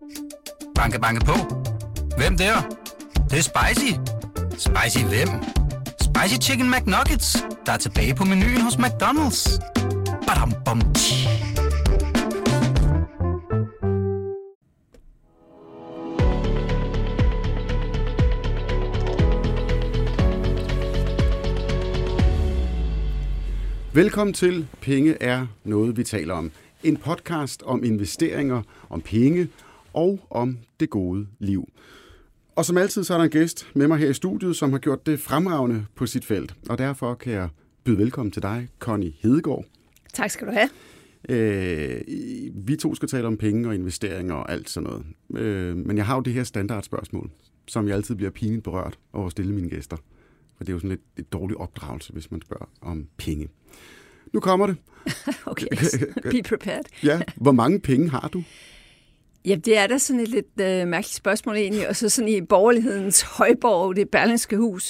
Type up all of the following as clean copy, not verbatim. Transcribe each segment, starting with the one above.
Banke, banke på. Hvem der? Det er spicy. Spicy hvem? Spicy Chicken McNuggets, der er tilbage på menuen hos McDonald's. Badum, bom, tji. Velkommen til Penge er noget, vi taler om. En podcast om investeringer, om penge og om det gode liv. Og som altid, så er der en gæst med mig her i studiet, som har gjort det fremragende på sit felt. Og derfor kan jeg byde velkommen til dig, Connie Hedegaard. Tak skal du have. Vi to skal tale om penge og investeringer og alt sådan noget. Men jeg har jo det her standardspørgsmål, som jeg altid bliver pinligt berørt over at stille mine gæster. For det er jo sådan lidt et dårlig opdragelse, hvis man spørger om penge. Nu kommer det. Okay, be prepared. Ja, hvor mange penge har du? Ja, det er da sådan et lidt mærkeligt spørgsmål egentlig, og så sådan i borgerlighedens højborg, det Berlingske Hus,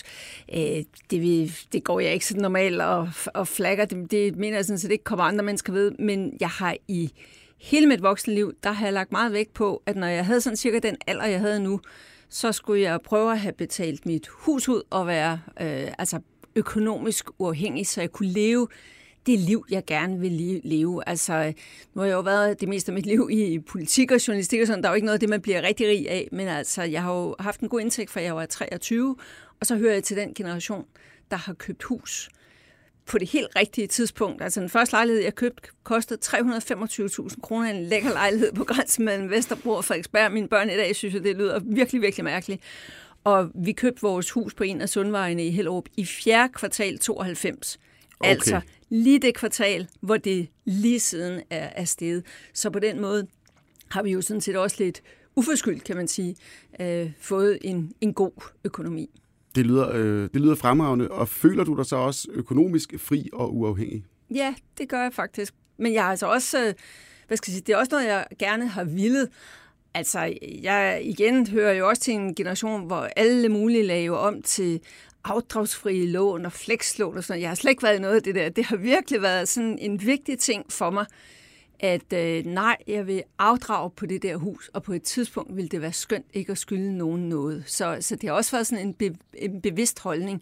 det går jeg ikke sådan normalt og flagger, det mener jeg sådan set ikke kommer andre mennesker ved, men jeg har i hele mit voksenliv, der har jeg lagt meget vægt på, at når jeg havde sådan cirka den alder, jeg havde nu, så skulle jeg prøve at have betalt mit hus ud og være økonomisk uafhængig, så jeg kunne leve det liv, jeg gerne vil leve. Altså, nu har jeg jo været det meste af mit liv i politik og journalistik og sådan. Der er jo ikke noget af det, man bliver rigtig rig af. Men altså, jeg har jo haft en god indtægt, fra jeg var 23. Og så hører jeg til den generation, der har købt hus på det helt rigtige tidspunkt. Altså, den første lejlighed, jeg købte, kostede 325.000 kroner. En lækker lejlighed på grænsen mellem Vesterbro og Frederiksberg. Mine børn i dag synes, at det lyder virkelig, virkelig mærkeligt. Og vi købte vores hus på en af Sundvejene i Hellerup i 4. kvartal 92. Okay. Altså lige det kvartal, hvor det lige siden er steget. Så på den måde har vi jo sådan set også lidt uforskyldt, kan man sige, fået en god økonomi. Det lyder fremragende, og føler du dig så også økonomisk fri og uafhængig? Ja, det gør jeg faktisk. Men jeg har altså også, det er også noget, jeg gerne har villet. Altså, jeg igen hører jo også til en generation, hvor alle mulige laver om til afdragsfrie lån og flekslån og sådan noget. Jeg har slet ikke været i noget af det der. Det har virkelig været sådan en vigtig ting for mig, at jeg vil afdrage på det der hus, og på et tidspunkt vil det være skønt ikke at skylde nogen noget. Så det har også været sådan en bevidst holdning,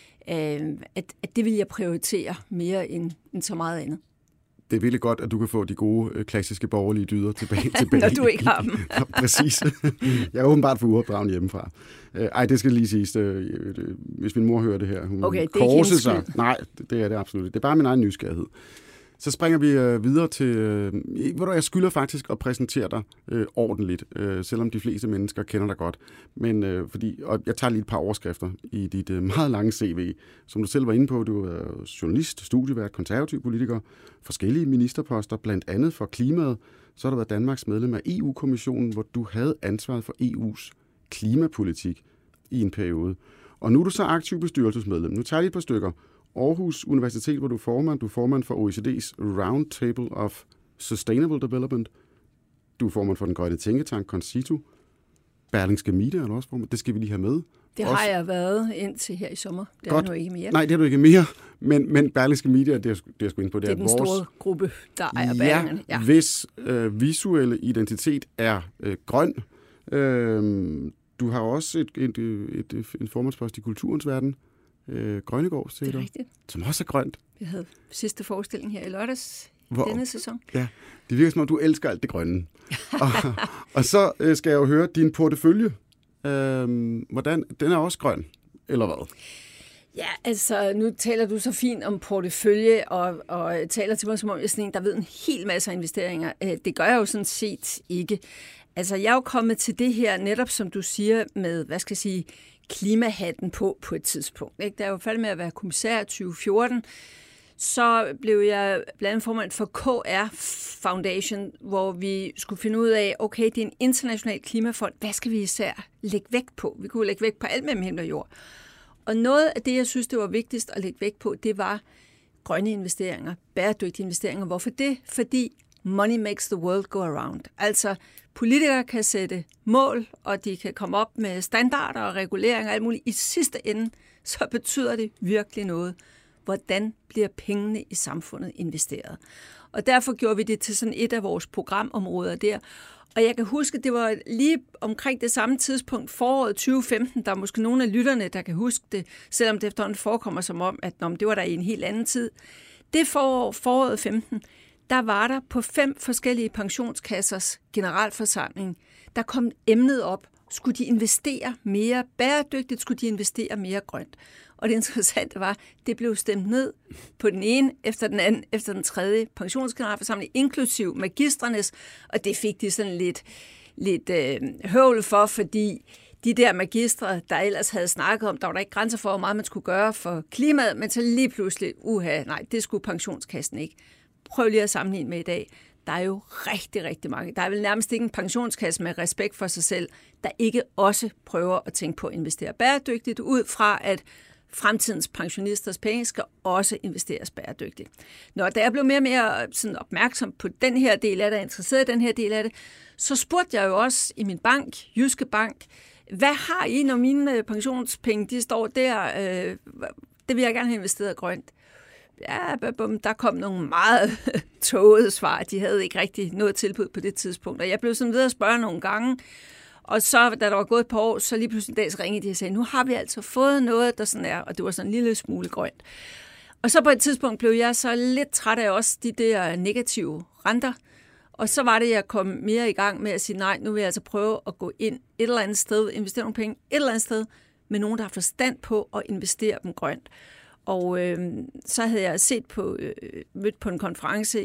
at det vil jeg prioritere mere end så meget andet. Det er virkelig godt, at du kan få de gode, klassiske borgerlige dyder tilbage. Når du ikke har dem. Ja, præcis. Jeg er åbenbart for uopdragen hjemmefra. Det skal lige siges. Hvis min mor hører det her, hun okay, korser sig. Nej, det er det absolut ikke. Det er bare min egen nysgerrighed. Så springer vi videre til... jeg skylder faktisk at præsentere dig ordentligt, selvom de fleste mennesker kender dig godt. Men og jeg tager lige et par overskrifter i dit meget lange CV. Som du selv var inde på, du er journalist, studievært, konservativ politiker, forskellige ministerposter, blandt andet for klimaet. Så har du været Danmarks medlem af EU-kommissionen, hvor du havde ansvaret for EU's klimapolitik i en periode. Og nu er du så aktiv bestyrelsesmedlem. Nu tager jeg lige et par stykker. Aarhus Universitet, hvor du er formand for OECD's Roundtable of Sustainable Development. Du er formand for den grønne tænketank Concito. Berlingske Media er du også formand. Det skal vi lige have med. Det har jeg været indtil her i sommer. Det er nu ikke mere. Nej, det er du ikke mere. Men Berlingske Media, det er jeg sgu inde på. Det er den store gruppe, der ejer Berlingerne. Ja, hvis visuelle identitet er grøn. Du har også en formandspost i kulturens verden. Grønnegård, det er rigtigt. Som også er grønt. Vi havde sidste forestilling her i lørdags denne sæson. Ja, det virker som om, du elsker alt det grønne. og så skal jeg jo høre din portefølje. Hvordan? Den er også grøn, eller hvad? Ja, altså nu taler du så fint om portefølje, og taler til mig som om jeg er sådan en, der ved en hel masse af investeringer. Det gør jeg jo sådan set ikke. Altså jeg er jo kommet til det her, netop som du siger, med, klimahatten på et tidspunkt. Ikke? Da jeg var færdig med at være kommissær i 2014, så blev jeg blandt andet formand for KR Foundation, hvor vi skulle finde ud af, okay, det er en international klimafond, hvad skal vi især lægge vægt på? Vi kunne lægge vægt på alt mellem himmel og jord. Og noget af det, jeg synes, det var vigtigst at lægge vægt på, det var grønne investeringer, bæredygtige investeringer. Hvorfor det? Fordi money makes the world go around. Altså, politikere kan sætte mål, og de kan komme op med standarder og reguleringer og alt muligt. I sidste ende, så betyder det virkelig noget. Hvordan bliver pengene i samfundet investeret? Og derfor gjorde vi det til sådan et af vores programområder der. Og jeg kan huske, det var lige omkring det samme tidspunkt, foråret 2015, der er måske nogle af lytterne, der kan huske det, selvom det efterhånden forekommer som om, at det var der i en helt anden tid. Det foråret 15, der var der på 5 forskellige pensionskassers generalforsamling, der kom emnet op. Skulle de investere mere bæredygtigt? Skulle de investere mere grønt? Og det interessante var, det blev stemt ned på den ene, efter den anden, efter den tredje pensionsgeneralforsamling, inklusiv magistrenes, og det fik de sådan lidt høvl for, fordi de der magistre, der ellers havde snakket om, der var der ikke grænser for, hvor meget man skulle gøre for klimaet, men så lige pludselig, nej, det skulle pensionskassen ikke. Prøv lige at sammenligne med i dag. Der er jo rigtig, rigtig mange. Der er vel nærmest ikke en pensionskasse med respekt for sig selv, der ikke også prøver at tænke på at investere bæredygtigt, ud fra at fremtidens pensionisters penge skal også investeres bæredygtigt. Da jeg blev mere og mere sådan opmærksom på den her del af det, interesseret i den her del af det, så spurgte jeg jo også i min bank, Jyske Bank, hvad har I, når mine pensionspenge de står der? Det vil jeg gerne have investeret grønt. Ja, der kom nogle meget tågede svar. De havde ikke rigtig noget tilbud på det tidspunkt. Og jeg blev sådan ved at spørge nogle gange. Og så, da der var gået et par år, så lige pludselig en dag ringede de og sagde, nu har vi altså fået noget, der sådan er, og det var sådan en lille smule grønt. Og så på et tidspunkt blev jeg så lidt træt af også de der negative renter. Og så var det, jeg kom mere i gang med at sige, nej, nu vil jeg altså prøve at gå ind et eller andet sted, investere nogle penge et eller andet sted, med nogen, der har forstand på at investere dem grønt. Og så havde jeg mødt på en konference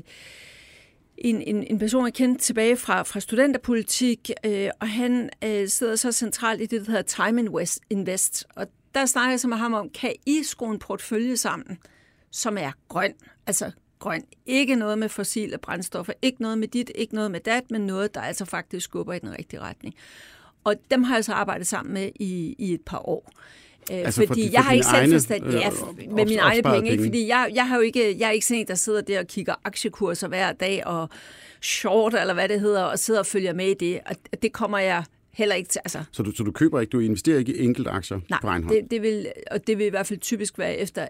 en person, jeg kendte tilbage fra studenterpolitik, og han sidder så centralt i det, der hedder Time Invest. Og der snakker jeg så med ham om, kan I skrue en portefølje sammen, som er grøn? Altså grøn. Ikke noget med fossile brændstoffer, ikke noget med dit, ikke noget med dat, men noget, der altså faktisk skubber i den rigtige retning. Og dem har jeg så arbejdet sammen med i et par år. Altså fordi jeg har ikke selv forstand med mine egne penge, ikke? Fordi jeg er ikke sådan en, der sidder der og kigger aktiekurser hver dag og short eller hvad det hedder og sidder og følger med i det, og det kommer jeg heller ikke til. Altså. Så du køber ikke, du investerer ikke i enkelte aktier på egen hånd? Det vil i hvert fald typisk være efter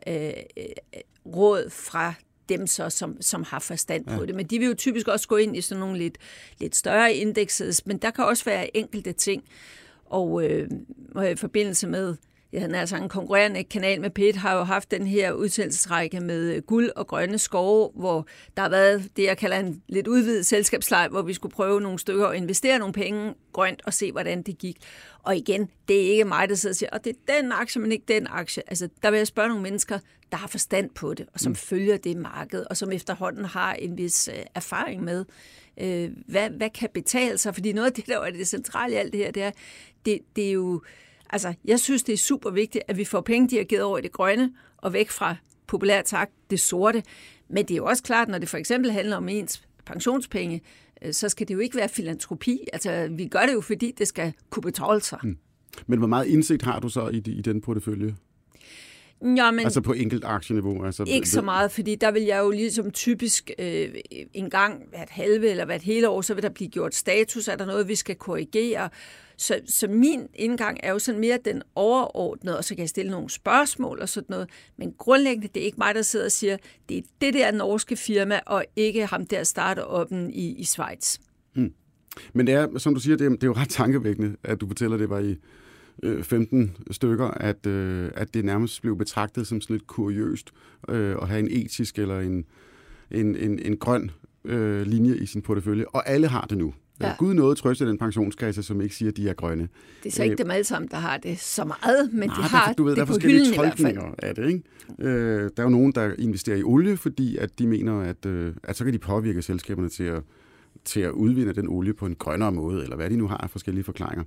råd fra dem så, som har forstand på det. Men de vil jo typisk også gå ind i sådan nogle lidt større indekses, men der kan også være enkelte ting. Og i forbindelse med han er altså en konkurrerende kanal med P1, har jo haft den her udsendelsesrække med guld og grønne skove, hvor der har været det, jeg kalder en lidt udvidet selskabsleg, hvor vi skulle prøve nogle stykker og investere nogle penge grønt og se, hvordan det gik. Og igen, det er ikke mig, der sidder og siger, og det er den aktie, men ikke den aktie. Altså, der vil jeg spørge nogle mennesker, der har forstand på det, og som følger det marked, og som efterhånden har en vis erfaring med, hvad kan betale sig. Fordi noget af det, der er det centrale i alt det her, det er jo. Altså, jeg synes, det er super vigtigt, at vi får penge dirigeret over i det grønne og væk fra, populært sagt, det sorte. Men det er jo også klart, når det for eksempel handler om ens pensionspenge, så skal det jo ikke være filantropi. Altså, vi gør det jo, fordi det skal kunne betale sig. Men hvor meget indsigt har du så i den portefølje? Jamen, altså på enkelt aktieniveau? Altså, ikke så meget, fordi der vil jeg jo ligesom typisk en gang hvert halve eller hvert hele år, så vil der blive gjort status, er der noget, vi skal korrigere. Så min indgang er jo sådan mere den overordnede, og så kan jeg stille nogle spørgsmål og sådan noget. Men grundlæggende, det er ikke mig, der sidder og siger, det er det der norske firma, og ikke ham der starter-up'en i Schweiz. Men det er, som du siger, det er jo ret tankevækkende, at du fortæller, det var i 15 stykker, at det nærmest blev betragtet som sådan lidt kuriøst at have en etisk eller en grøn linje i sin portefølje. Og alle har det nu. Ja. Gud noget trøster den pensionskasse, som ikke siger, at de er grønne. Det er så ikke dem alle sammen, der har det så meget, men de har du ved, det der på hylden i hvert fald. Der er forskellige tolkninger af det, ikke? Der er jo nogen, der investerer i olie, fordi at de mener, at så kan de påvirke selskaberne til at udvinde den olie på en grønnere måde, eller hvad de nu har af forskellige forklaringer.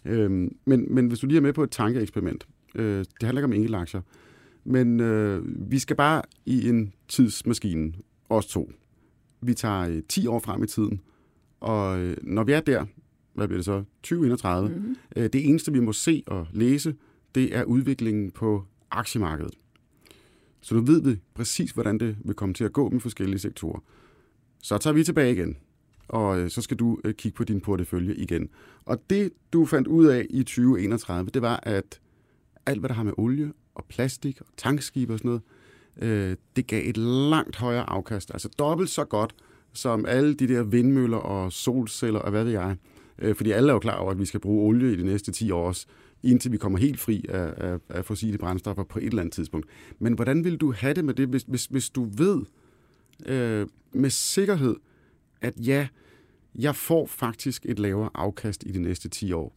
Men hvis du lige er med på et tankeeksperiment, det handler ikke om enkeltaktier, men vi skal bare i en tidsmaskine, os to. Vi tager 10 år frem i tiden, og når vi er der, hvad bliver det så, 2031, det eneste, vi må se og læse, det er udviklingen på aktiemarkedet. Så nu ved vi præcis, hvordan det vil komme til at gå med forskellige sektorer. Så tager vi tilbage igen, og så skal du kigge på din portefølje igen. Og det, du fandt ud af i 2031, det var, at alt, hvad der har med olie og plastik og tankskib og sådan noget, det gav et langt højere afkast, altså dobbelt så godt som alle de der vindmøller og solceller og hvad ved jeg. Fordi alle er jo klar over, at vi skal bruge olie i de næste 10 år, indtil vi kommer helt fri af fossile brændstoffer på et eller andet tidspunkt. Men hvordan vil du have det med det, hvis du ved med sikkerhed, at ja, jeg får faktisk et lavere afkast i de næste 10 år,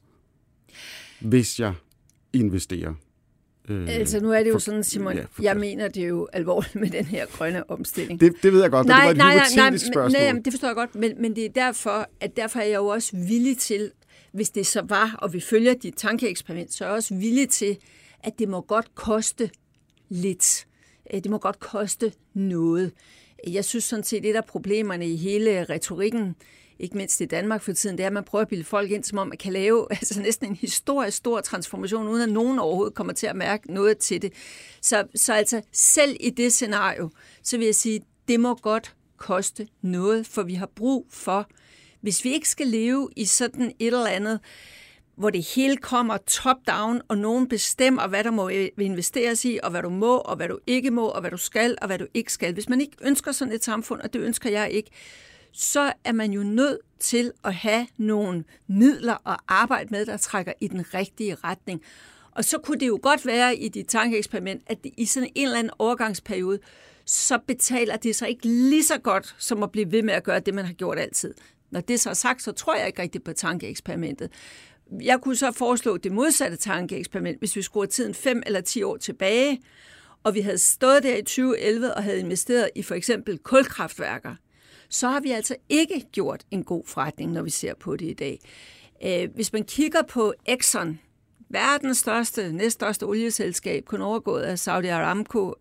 hvis jeg investerer? Altså nu er det jo sådan, Simon, jeg mener det er jo alvorligt med den her grønne omstilling. Det ved jeg godt, det var et hypotetisk spørgsmål. Nej, det forstår jeg godt, men det er derfor er jeg jo også villig til, hvis det så var, og vi følger dit tankeeksperiment, så er jeg også villig til, at det må godt koste lidt. Det må godt koste noget. Jeg synes sådan set, et af problemerne i hele retorikken, ikke mindst i Danmark for tiden, det er, at man prøver at bilde folk ind, som om man kan lave altså næsten en historisk stor transformation, uden at nogen overhovedet kommer til at mærke noget til det. Så altså selv i det scenario, så vil jeg sige, det må godt koste noget, for vi har brug for, hvis vi ikke skal leve i sådan et eller andet, hvor det hele kommer top-down, og nogen bestemmer, hvad der må investeres i, og hvad du må, og hvad du ikke må, og hvad du skal, og hvad du ikke skal. Hvis man ikke ønsker sådan et samfund, og det ønsker jeg ikke, så er man jo nødt til at have nogle midler at arbejde med, der trækker i den rigtige retning. Og så kunne det jo godt være i dit tankeeksperiment, at i sådan en eller anden overgangsperiode, så betaler det sig ikke lige så godt, som at blive ved med at gøre det, man har gjort altid. Når det så er sagt, så tror jeg ikke rigtig på tankeeksperimentet. Jeg kunne så foreslå det modsatte tankeeksperiment, hvis vi skruer tiden 5 eller 10 år tilbage, og vi havde stået der i 2011 og havde investeret i for eksempel kulkraftværker, så har vi altså ikke gjort en god forretning, når vi ser på det i dag. Hvis man kigger på Exxon, verdens næststørste olieselskab, kun overgået af Saudi Aramco,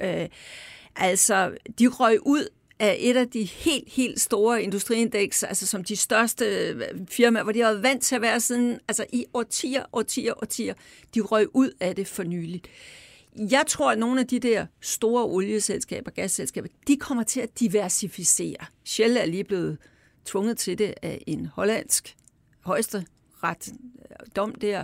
altså de røg ud af et af de helt store industriindeks, altså som de største firmaer, hvor de har været vant til at være siden, altså i årtier, de røg ud af det for nyligt. Jeg tror, at nogle af de der store olieselskaber, gasselskaber, de kommer til at diversificere. Shell er lige blevet tvunget til det af en hollandsk højesteret dom der.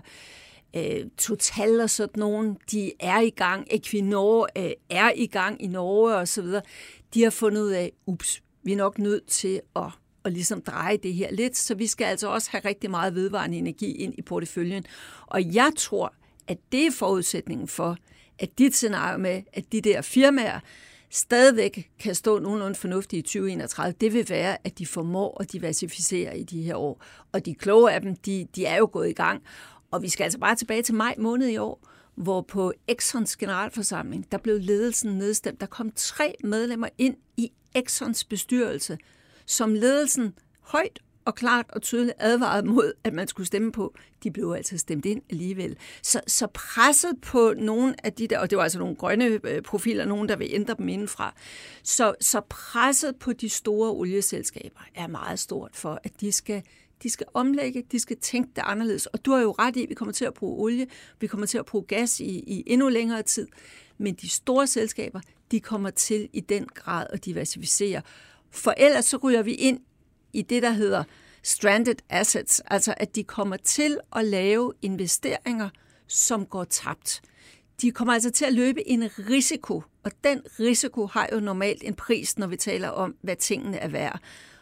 Total og sådan nogen, de er i gang. Equinor er i gang i Norge og så videre. De har fundet ud af, vi er nok nødt til at ligesom dreje det her lidt, så vi skal altså også have rigtig meget vedvarende energi ind i porteføljen. Og jeg tror, at det er forudsætningen for, at dit scenarie med, at de der firmaer stadigvæk kan stå nogenlunde fornuftigt i 2031, det vil være, at de formår at diversificere i de her år. Og de kloge af dem, de er jo gået i gang. Og vi skal altså bare tilbage til maj måned i år, hvor på Exxons generalforsamling, der blev ledelsen nedstemt. Der kom 3 medlemmer ind i Exxons bestyrelse, som ledelsen højt og klart og tydeligt advaret mod, at man skulle stemme på. De blev altså stemt ind alligevel. Så presset på nogle af de der, og det var altså nogle grønne profiler, nogen der vil ændre dem indenfra, så presset på de store olieselskaber er meget stort for, at de skal omlægge, de skal tænke det anderledes. Og du har jo ret i, at vi kommer til at bruge olie, vi kommer til at bruge gas i endnu længere tid. Men de store selskaber, de kommer til i den grad at diversificere. For ellers så ryger vi ind i det, der hedder stranded assets, altså at de kommer til at lave investeringer, som går tabt. De kommer altså til at løbe en risiko, og den risiko har jo normalt en pris, når vi taler om, hvad tingene er værd.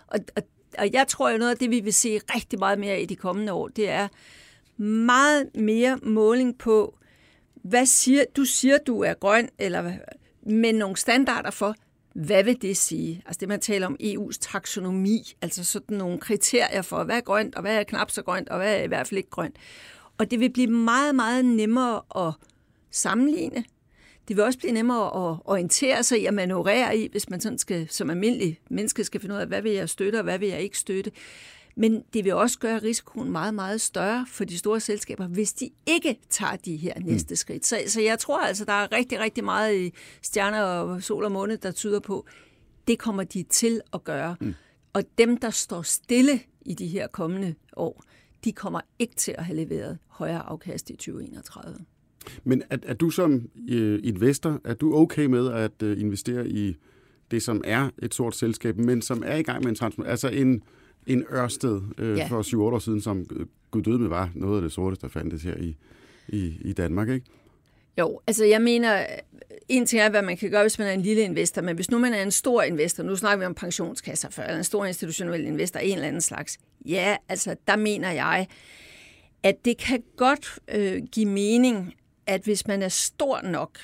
Og jeg tror jo noget af det, vi vil se rigtig meget mere i de kommende år, det er meget mere måling på, hvad siger du er grøn, eller med nogle standarder for, hvad vil det sige? Altså det, man taler om EU's taksonomi, altså sådan nogle kriterier for, hvad er grønt, og hvad er knap så grønt, og hvad er i hvert fald ikke grønt. Og det vil blive meget, meget nemmere at sammenligne. Det vil også blive nemmere at orientere sig i og manøvrere i, hvis man sådan skal, som almindelig menneske skal finde ud af, hvad vil jeg støtte, og hvad vil jeg ikke støtte. Men det vil også gøre risikoen meget, meget større for de store selskaber, hvis de ikke tager de her næste skridt. Så jeg tror altså, der er rigtig, rigtig meget i stjerner og sol og måne, der tyder på, det kommer de til at gøre. Og dem, der står stille i de her kommende år, de kommer ikke til at have leveret højere afkast i 2031. Men er du som investor, er du okay med at investere i det, som er et sort selskab, men som er i gang med en transformation? Altså en Ørsted for 7-8 år siden, som Gud døde med var noget af det sorteste, der fandtes her i Danmark, ikke? Jo, altså jeg mener, en ting er, hvad man kan gøre, hvis man er en lille investor, men hvis nu man er en stor investor, nu snakker vi om pensionskasser før, eller en stor institutionel investor, en eller anden slags, ja, altså der mener jeg, at det kan godt give mening, at hvis man er stor nok,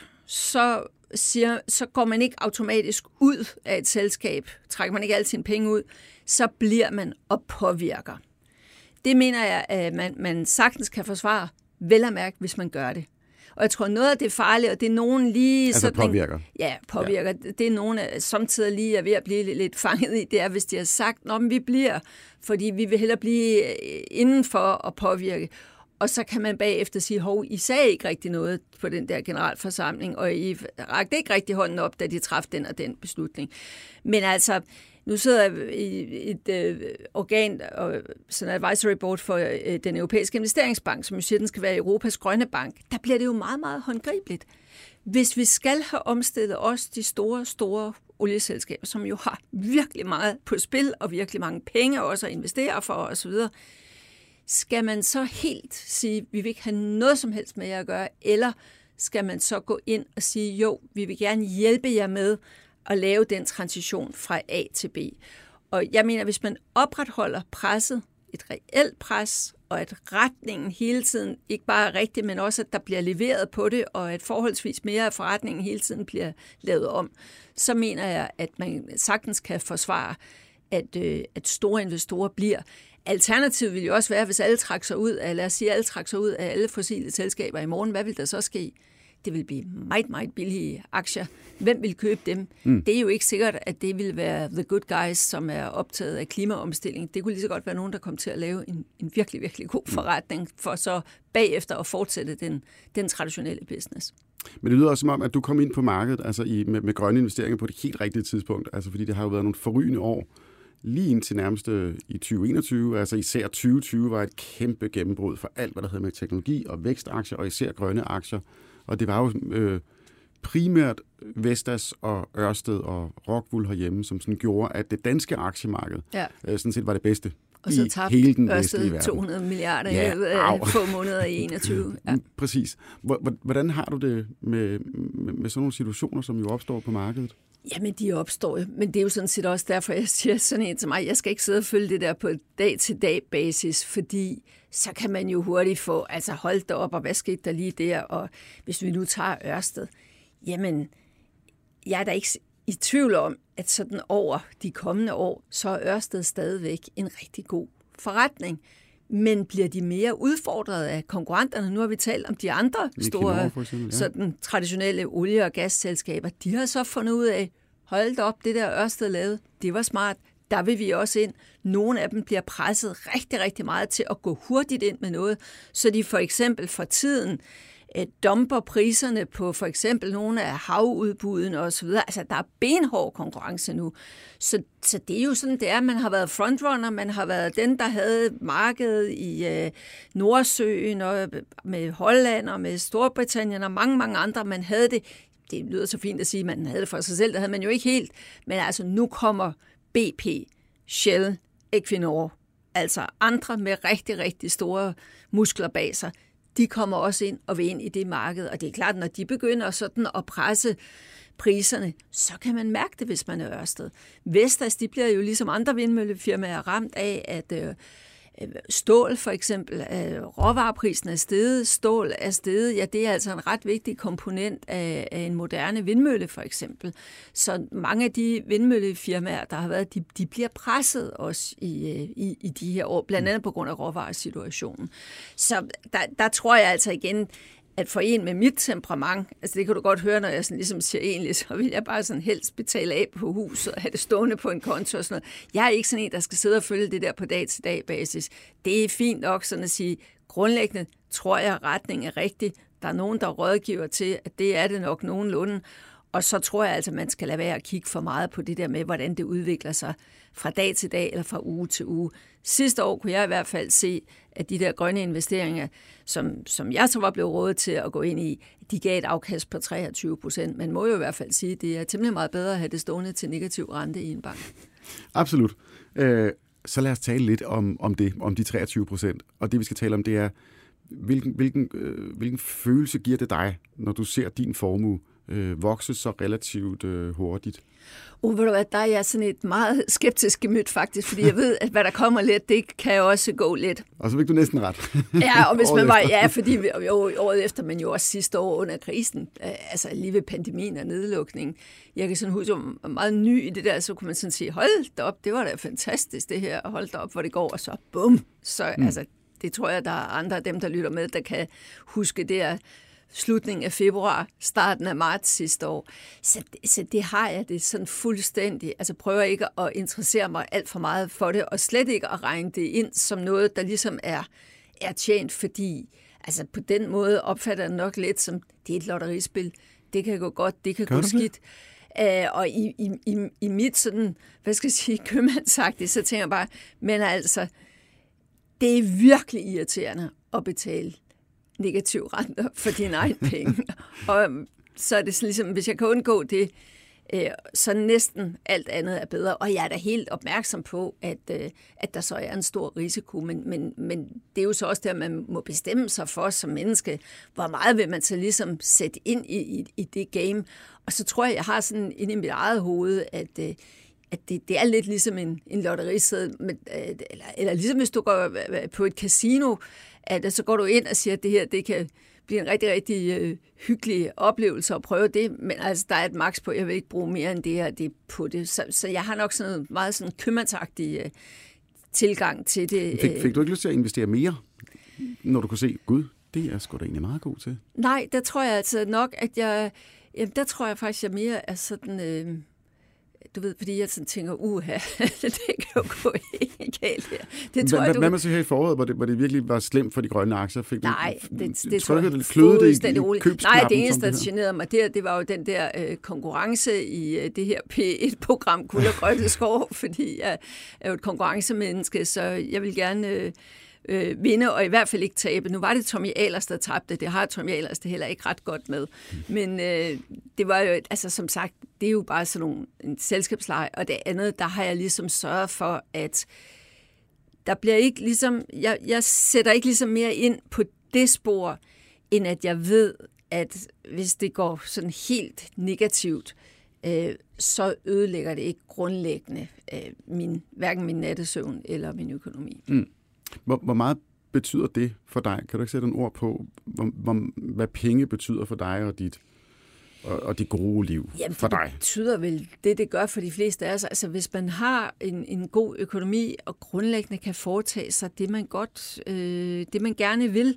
så går man ikke automatisk ud af et selskab, trækker man ikke alle sine penge ud, så bliver man og påvirker. Det mener jeg, at man sagtens kan forsvare, vel at mærke, hvis man gør det. Og jeg tror, noget af det farlige, og det er nogen lige... Altså sådan, påvirker? Ja, påvirker. Ja. Det er nogen, samtidig lige er ved at blive lidt fanget i, det er, hvis de har sagt, men vi bliver, fordi vi vil hellere blive indenfor at påvirke. Og så kan man bagefter sige, I sagde ikke rigtig noget på den der generalforsamling, og I rakte ikke rigtig hånden op, da de træffede den og den beslutning. Men altså, nu sidder jeg i et organ, sådan en advisory board for den europæiske investeringsbank, som jo siger, den skal være Europas grønne bank. Der bliver det jo meget, meget håndgribeligt. Hvis vi skal have omstillet os de store olieselskaber, som jo har virkelig meget på spil, og virkelig mange penge også at investere for osv., skal man så helt sige, vi vil ikke have noget som helst med jer at gøre, eller skal man så gå ind og sige, jo, vi vil gerne hjælpe jer med at lave den transition fra A til B. Og jeg mener, hvis man opretholder presset, et reelt pres, og at retningen hele tiden ikke bare er rigtig, men også at der bliver leveret på det, og at forholdsvis mere af forretningen hele tiden bliver lavet om, så mener jeg, at man sagtens kan forsvare, at store investorer bliver. Alternativet vil jo også være, hvis alle trækker sig ud af, lad os sige, alle trækker sig ud af alle fossile selskaber i morgen. Hvad vil der så ske? Det vil blive meget, meget billige aktier. Hvem vil købe dem? Det er jo ikke sikkert, at det vil være the good guys, som er optaget af klimaomstilling. Det kunne lige så godt være nogen, der kommer til at lave en virkelig, virkelig god forretning, for så bagefter at fortsætte den traditionelle business. Men det lyder også som om, at du kom ind på markedet altså med grønne investeringer på det helt rigtige tidspunkt. Altså fordi det har jo været nogle forrygende år. Lige indtil nærmest i 2021, altså især 2020, var et kæmpe gennembrud for alt, hvad der hedder med teknologi og vækstaktier, og især grønne aktier. Og det var jo primært Vestas og Ørsted og Rockwool herhjemme, som sådan gjorde, at det danske aktiemarked sådan set var det bedste. Og så tabte Ørsted 200 milliarder i løbet af få måneder i 21. Ja. Præcis. Hvordan har du det med sådan nogle situationer, som jo opstår på markedet? Jamen, de opstår jo, men det er jo sådan set også derfor, jeg siger sådan en til mig, jeg skal ikke sidde og følge det der på dag-til-dag basis, fordi så kan man jo hurtigt få, altså hold da op, og hvad skete der lige der, og hvis vi nu tager Ørsted, jamen, jeg er da ikke i tvivl om, at sådan over de kommende år, så er Ørsted stadigvæk en rigtig god forretning. Men bliver de mere udfordret af konkurrenterne? Nu har vi talt om de andre store sådan, traditionelle olie- og gasselskaber. De har så fundet ud af, hold da op, det der Ørsted lavede, det var smart. Der vil vi også ind. Nogle af dem bliver presset rigtig, rigtig meget til at gå hurtigt ind med noget, så de for eksempel for tiden dumper priserne på for eksempel nogle af havudbudene og så videre. Altså, der er benhård konkurrence nu. Så det er jo sådan, det er, man har været frontrunner, man har været den, der havde markedet i Nordsøen og med Holland og med Storbritannien og mange, mange andre. Man havde det. Det lyder så fint at sige, at man havde det for sig selv. Det havde man jo ikke helt. Men altså, nu kommer BP, Shell, Equinor, altså andre med rigtig, rigtig store muskler bag sig. De kommer også ind og vil ind i det marked, og det er klart, når de begynder sådan at presse priserne, så kan man mærke det, hvis man er Ørsted. Vestas, de bliver jo ligesom andre vindmøllefirmaer ramt af, at stål for eksempel, råvareprisen er steget, stål er steget, ja, det er altså en ret vigtig komponent af en moderne vindmølle for eksempel. Så mange af de vindmøllefirmaer, der har været, de bliver presset også i de her år, blandt andet på grund af råvaresituationen. Så der tror jeg altså igen, at for en med mit temperament, altså det kan du godt høre, når jeg sådan ligesom siger egentlig, så vil jeg bare sådan helst betale af på huset og have det stående på en konto og sådan noget. Jeg er ikke sådan en, der skal sidde og følge det der på dag-til-dag basis. Det er fint nok sådan at sige, grundlæggende tror jeg, at retningen er rigtig. Der er nogen, der rådgiver til, at det er det nok nogenlunde. Og så tror jeg altså, at man skal lade være at kigge for meget på det der med, hvordan det udvikler sig fra dag til dag eller fra uge til uge. Sidste år kunne jeg i hvert fald se, at de der grønne investeringer, som jeg så var blevet rådet til at gå ind i, de gav et afkast på 23%. Man må jo i hvert fald sige, at det er temmelig meget bedre at have det stående til negativ rente i en bank. Absolut. Så lad os tale lidt om de 23%. Og det vi skal tale om, det er, hvilken følelse giver det dig, når du ser din formue vokse så relativt hurtigt? Ved du hvad, der er jeg sådan et meget skeptisk gemyt faktisk, fordi jeg ved, at hvad der kommer lidt, det kan også gå lidt. Og så fik du næsten ret. Ja, og hvis man var, ja, fordi året efter, men jo også sidste år under krisen, altså lige ved pandemien og nedlukningen, jeg kan sådan huske, at jeg var meget ny i det der, så kunne man sådan sige, hold da op, det var da fantastisk det her, og hold da op, hvor det går, og så bum. Så altså, det tror jeg, der er andre af dem, der lytter med, der kan huske det her slutningen af februar, starten af marts sidste år. Så det har jeg det sådan fuldstændig. Altså prøver ikke at interessere mig alt for meget for det, og slet ikke at regne det ind som noget, der ligesom er tjent, fordi altså på den måde opfatter jeg nok lidt som, det er et lotterispil. Det kan gå godt, det kan gå skidt. Og i mit sådan, hvad skal jeg sige, købmandsagtigt, så tænker jeg bare, men altså, det er virkelig irriterende at betale negativ renter for dine egne penge. Og så er det sådan, ligesom, hvis jeg kan undgå det, så næsten alt andet er bedre. Og jeg er da helt opmærksom på, at der så er en stor risiko, men det er jo så også der, man må bestemme sig for som menneske, hvor meget vil man så ligesom sætte ind i det game. Og så tror jeg har sådan inde i mit eget hoved, at det er lidt ligesom en lotteriseddel, eller ligesom hvis du går på et casino, at så går du ind og siger, at det her det kan blive en rigtig, rigtig hyggelig oplevelse at prøve det, men altså, der er et maks på, jeg vil ikke bruge mere end det her, det er på det. Så jeg har nok sådan noget meget sådan købmandsagtig tilgang til det. Fik du ikke lyst til at investere mere, når du kunne se, gud, det er sgu da egentlig meget god til? Nej, der tror jeg altså nok, at der tror jeg faktisk, at jeg mere er sådan... Du ved, fordi jeg sådan tænker, det kan jo gå helt galt her. Det tror jeg, hvad man så her i foråret, hvor det virkelig var slemt for de grønne aktier? Fik nej, det tror jeg fuldstændig roligt. Nej, det eneste, der generede mig, det var jo den der konkurrence i det her P1-program, Guld og Grønne Skov, fordi jeg er jo et konkurrencemenneske, så jeg vil gerne... vinde, og i hvert fald ikke tabe. Nu var det Tommy Ahlers, der tabte. Det har Tommy Ahlers det heller ikke ret godt med. Men det var jo, altså som sagt, det er jo bare sådan en selskabsleje, og det andet, der har jeg ligesom sørget for, at der bliver ikke ligesom, jeg sætter ikke ligesom mere ind på det spor, end at jeg ved, at hvis det går sådan helt negativt, så ødelægger det ikke grundlæggende hverken min nattesøvn eller min økonomi. Hvor meget betyder det for dig? Kan du ikke sætte en ord på, hvad penge betyder for dig og dit gode liv for dig? Det betyder vel det gør for de fleste af os. Altså hvis man har en god økonomi og grundlæggende kan foretage sig det, det man gerne vil,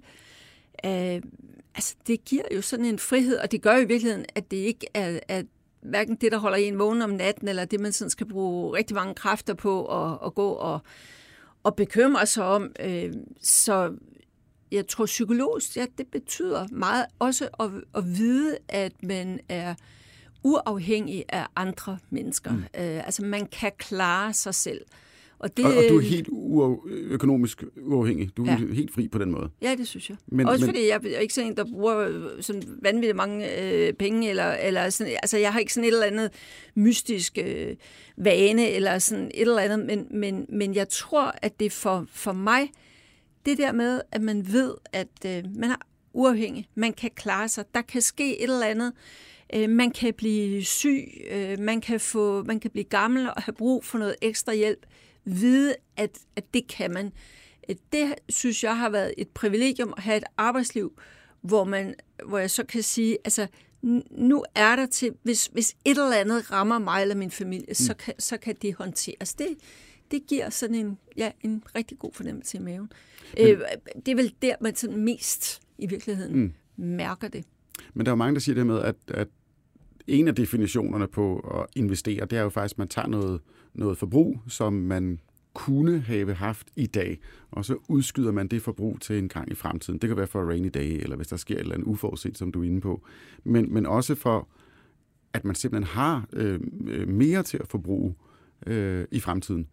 altså det giver jo sådan en frihed, og det gør jo i virkeligheden, at det ikke er hverken det, der holder en vågen om natten, eller det, man sådan skal bruge rigtig mange kræfter på at gå og bekymre sig om. Så jeg tror psykologisk, det betyder meget også at vide, at man er uafhængig af andre mennesker. Altså man kan klare sig selv. Og du er helt økonomisk uafhængig. Du er helt fri på den måde. Ja, det synes jeg. Også fordi jeg er ikke sådan en, der bruger sådan vanvittigt mange penge, eller sådan, altså jeg har ikke sådan et eller andet mystisk vane, eller sådan et eller andet, men jeg tror, at det for mig, det der med, at man ved, at man er uafhængig, man kan klare sig, der kan ske et eller andet, man kan blive syg, man kan blive gammel og have brug for noget ekstra hjælp, vide, at det kan man. Det synes jeg har været et privilegium at have et arbejdsliv, hvor jeg så kan sige, altså nu er der til, hvis et eller andet rammer mig eller min familie, så kan det håndteres. Det giver sådan en rigtig god fornemmelse i maven. Det er vel der, man sådan mest i virkeligheden mærker det. Men der er jo mange, der siger det med, at en af definitionerne på at investere, det er jo faktisk, at man tager noget forbrug, som man kunne have haft i dag, og så udskyder man det forbrug til en gang i fremtiden. Det kan være for a rainy day, eller hvis der sker et eller andet uforudset, som du er inde på. Men også for, at man simpelthen har mere til at forbruge i fremtiden.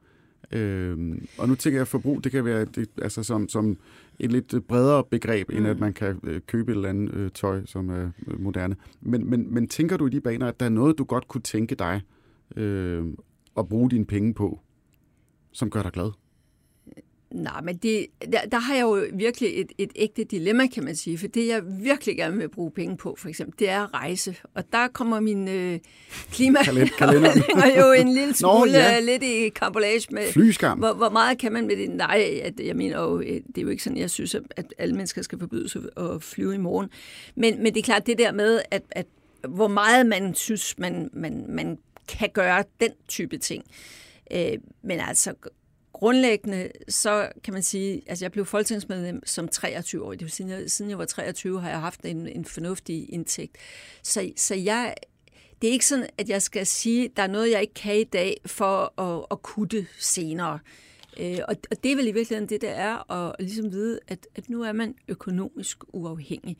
Og nu tænker jeg, at forbrug, det kan være altså som et lidt bredere begreb, end at man kan købe et eller andet tøj, som er moderne. Men tænker du i de baner, at der er noget, du godt kunne tænke dig at bruge dine penge på, som gør dig glad? Nej, men der har jeg jo virkelig et ægte dilemma, kan man sige. For det, jeg virkelig gerne vil bruge penge på, for eksempel, det er at rejse. Og der kommer min klimakalender jo en lille smule lidt i karambolage med flyskam. Hvor meget kan man med det? Nej, jeg mener jo, det er jo ikke sådan, jeg synes, at alle mennesker skal forbydes at flyve i morgen. Men det er klart det der med, at hvor meget man synes, man kan gøre den type ting. Men altså grundlæggende, så kan man sige, altså jeg blev folketingsmedlem som 23-årig. Det vil sige, siden jeg var 23, har jeg haft en fornuftig indtægt. Så det er ikke sådan, at jeg skal sige, at der er noget, jeg ikke kan i dag for at kunne det senere. Og det er vel i virkeligheden det, der er at ligesom vide, at nu er man økonomisk uafhængig.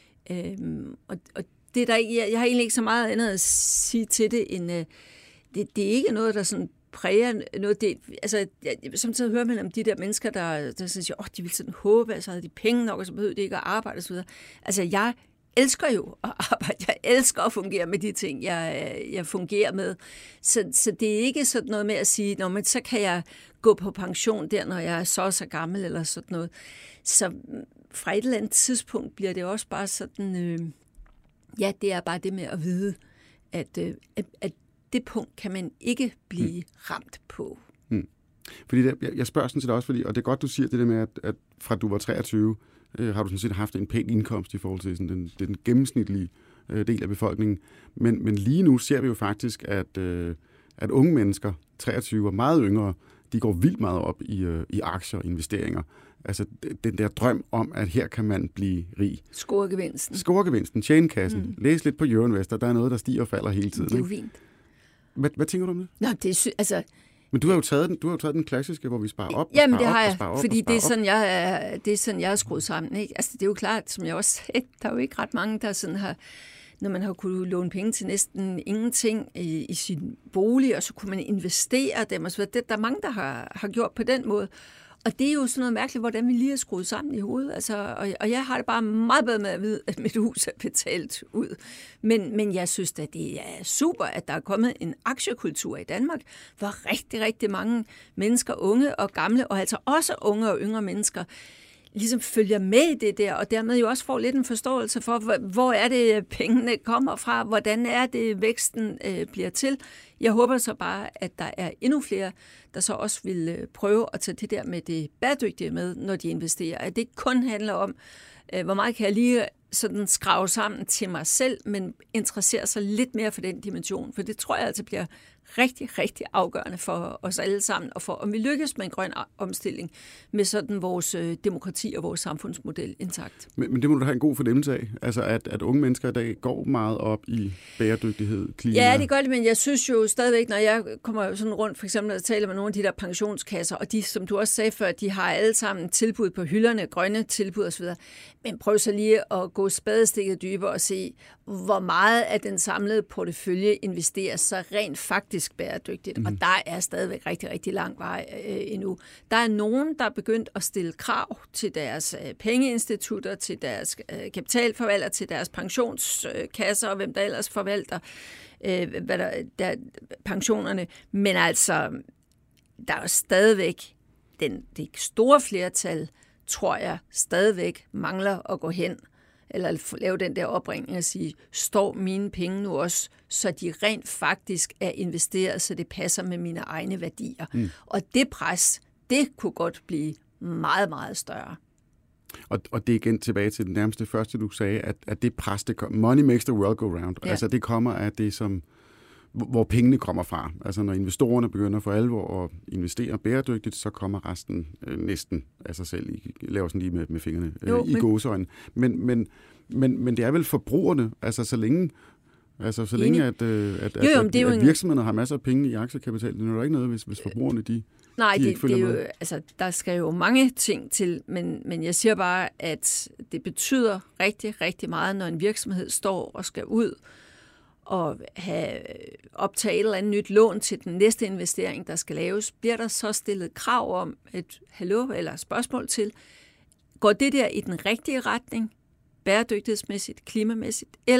Og det der, jeg har egentlig ikke så meget andet at sige til det, end det er ikke noget, der sådan præger noget. Altså, samtidig hører man om de der mennesker, der siger, de vil sådan håbe, altså havde de penge nok, og så behøvede de ikke at arbejde osv. Altså, jeg elsker jo at arbejde. Jeg elsker at fungere med de ting, jeg fungerer med. Så det er ikke sådan noget med at sige, men så kan jeg gå på pension der, når jeg er så gammel, eller sådan noget. Så fra et eller andet tidspunkt bliver det også bare sådan, det er bare det med at vide, at det punkt kan man ikke blive ramt på. Fordi jeg spørger sådan set også, fordi, og det er godt, du siger det der med, at fra du var 23, har du sådan set haft en pæn indkomst i forhold til sådan den gennemsnitlige del af befolkningen. Men lige nu ser vi jo faktisk, at unge mennesker, 23 og meget yngre, de går vildt meget op i aktier og investeringer. Altså den der drøm om, at her kan man blive rig. Scoregevinsten, tjene kassen. Læs lidt på Euroinvestor, der er noget, der stiger og falder hele tiden. Det er jo fint. Hvad tænker du om det? Nå, det altså... Men du har jo taget den klassiske, hvor vi sparer op. Jamen, det har jeg, fordi det er sådan, jeg er skruet sammen. Ikke? Altså, det er jo klart, som jeg også sagde, der er jo ikke ret mange, der sådan har, når man har kunnet låne penge til næsten ingenting i sin bolig, og så kunne man investere dem og så videre. Der er mange, der har gjort på den måde. Og det er jo sådan noget mærkeligt, hvordan vi lige er skruet sammen i hovedet. Altså, og jeg har det bare meget bedre med at vide, at mit hus er betalt ud. Men jeg synes at det er super, at der er kommet en aktiekultur i Danmark, hvor rigtig, rigtig mange mennesker, unge og gamle, og altså også unge og yngre mennesker, ligesom følger med i det der, og dermed jo også får lidt en forståelse for, hvor er det, pengene kommer fra, hvordan er det, væksten bliver til. Jeg håber så bare, at der er endnu flere, der så også vil prøve at tage det der med det bæredygtige med, når de investerer. At det ikke kun handler om, hvor meget kan jeg lige sådan skrave sammen til mig selv, men interessere sig lidt mere for den dimension, for det tror jeg altså bliver rigtig, rigtig afgørende for os alle sammen, og for om vi lykkes med en grøn omstilling med sådan vores demokrati og vores samfundsmodel intakt. Men det må du have en god fornemmelse af, altså at unge mennesker i dag går meget op i bæredygtighed, klima. Ja, det gør det, men jeg synes jo stadigvæk, når jeg kommer sådan rundt, for eksempel at tale med nogle af de der pensionskasser, og de, som du også sagde før, de har alle sammen tilbud på hylderne, grønne tilbud osv., men prøv så lige at gå spadestikket dybere og se, hvor meget af den samlede portefølje investeres så rent faktisk bæredygtigt. Og der er stadigvæk rigtig, rigtig lang vej endnu. Der er nogen, der er begyndt at stille krav til deres pengeinstitutter, til deres kapitalforvaltere, til deres pensionskasser og hvem der ellers forvalter pensionerne. Men altså, der er jo stadigvæk det store flertal, tror jeg, stadigvæk mangler at gå hen eller lave den der opringning og sige, står mine penge nu også, så de rent faktisk er investeret, så det passer med mine egne værdier. Og det pres, det kunne godt blive meget, meget større. Og det er igen tilbage til den nærmeste første, du sagde, at det pres, det kommer. Money makes the world go round. Ja. Altså det kommer af det, som hvor pengene kommer fra. Altså når investorerne begynder for alvor at investere bæredygtigt, så kommer resten næsten af sig selv. I laver sådan lige med fingrene i gåseøjne. Men det er vel forbrugerne, altså så længe at virksomhederne har masser af penge i aktiekapital, det er jo ikke noget, hvis forbrugerne de ikke følger med. Jo, altså, der skal jo mange ting til, men jeg siger bare, at det betyder rigtig, rigtig meget, når en virksomhed står og skal ud og optage et eller andet nyt lån til den næste investering, der skal laves, bliver der så stillet krav om et eller spørgsmål til, går det der i den rigtige retning, bæredygtighedsmæssigt, klimamæssigt, eller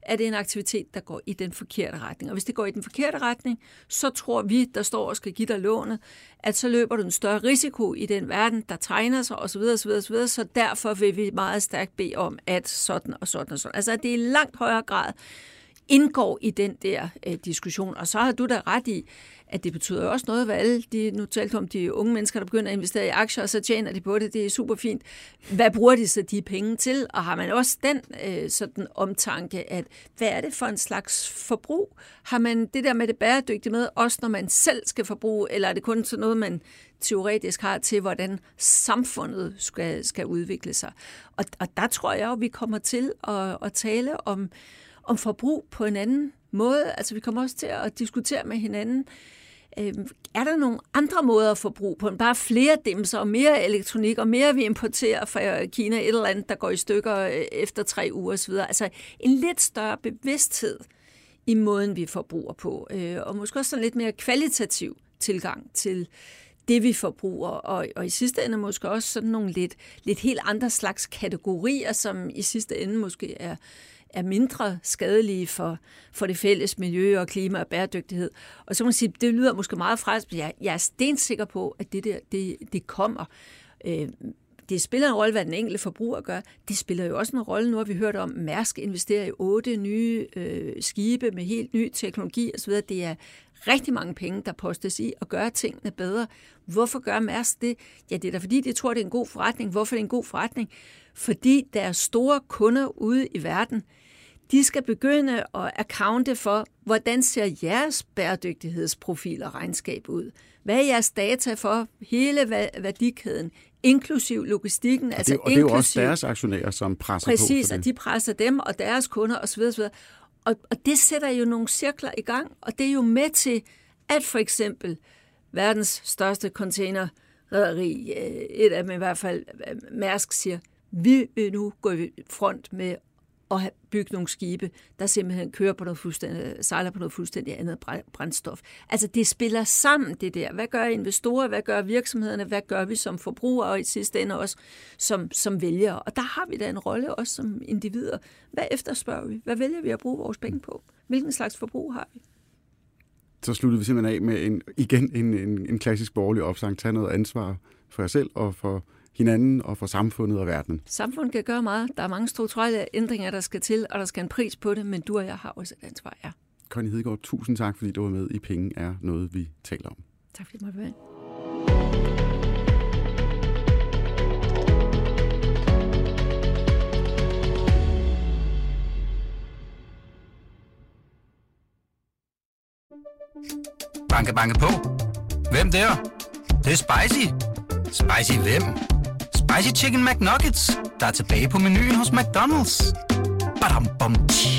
er det en aktivitet, der går i den forkerte retning. Og hvis det går i den forkerte retning, så tror vi, der står og skal give dig lånet, at så løber du en større risiko i den verden, der tegner sig osv. Så derfor vil vi meget stærkt bede om, at sådan og sådan og sådan. Altså, at det i langt højere grad indgår i den der diskussion. Og så har du da ret i, at det betyder jo også noget, hvad alle nu talte om de unge mennesker, der begynder at investere i aktier, og så tjener de på det. Det er super fint. Hvad bruger de så de penge til? Og har man også den sådan omtanke, at hvad er det for en slags forbrug? Har man det der med det bæredygtige med, også når man selv skal forbruge, eller er det kun sådan noget, man teoretisk har til, hvordan samfundet skal udvikle sig? Og der tror jeg jo, vi kommer til at tale om forbrug på en anden måde. Altså vi kommer også til at diskutere med hinanden, er der nogle andre måder at forbruge på, end bare flere dimser og mere elektronik, og mere vi importerer fra Kina, et eller andet, der går i stykker efter 3 uger osv. Altså en lidt større bevidsthed i måden, vi forbruger på, og måske også sådan lidt mere kvalitativ tilgang til det, vi forbruger, og i sidste ende måske også sådan nogle lidt helt andre slags kategorier, som i sidste ende måske er mindre skadelige for det fælles miljø og klima og bæredygtighed. Og så må man sige, det lyder måske meget frelst, men jeg er stensikker på, at det kommer. Det spiller en rolle, hvad den enkelte forbruger gør. Det spiller jo også en rolle, nu har vi hørt om, Mærsk investerer i 8 nye skibe med helt ny teknologi osv. Det er rigtig mange penge, der postes i at gøre tingene bedre. Hvorfor gør Mærsk det? Ja, det er da fordi, de tror, det er en god forretning. Hvorfor er det en god forretning? Fordi deres store kunder ude i verden, de skal begynde at accounte for, hvordan ser jeres bæredygtighedsprofil og regnskab ud? Hvad er jeres data for hele værdikæden, inklusiv logistikken? Og det er jo også deres aktionærer, som presser på. Præcis, og de presser dem og deres kunder osv. Og det sætter jo nogle cirkler i gang, og det er jo med til, at for eksempel verdens største containerrederi, et af dem i hvert fald, Mærsk, siger, vi vil nu gå i front med at bygge nogle skibe, der simpelthen sejler på noget fuldstændig andet brændstof. Altså det spiller sammen det der. Hvad gør investorer, hvad gør virksomhederne, hvad gør vi som forbrugere, og i sidste ende også som vælgere. Og der har vi da en rolle også som individer. Hvad efterspørger vi? Hvad vælger vi at bruge vores penge på? Hvilken slags forbrug har vi? Så slutter vi simpelthen af med en klassisk borgerlig opsang. Tag noget ansvar for jer selv og for hinanden og for samfundet og verdenen. Samfundet kan gøre meget. Der er mange strukturelle ændringer, der skal til, og der skal en pris på det, men du og jeg har også et ansvar, ja. Connie Hedegaard, tusind tak, fordi du var med i Penge er noget, vi taler om. Tak fordi du måtte være. Banke, banke på. Hvem der? Det er spicy. Spicy hvem? Spicy Chicken McNuggets, der er tilbage på menuen hos McDonald's. Badum, bom, tji.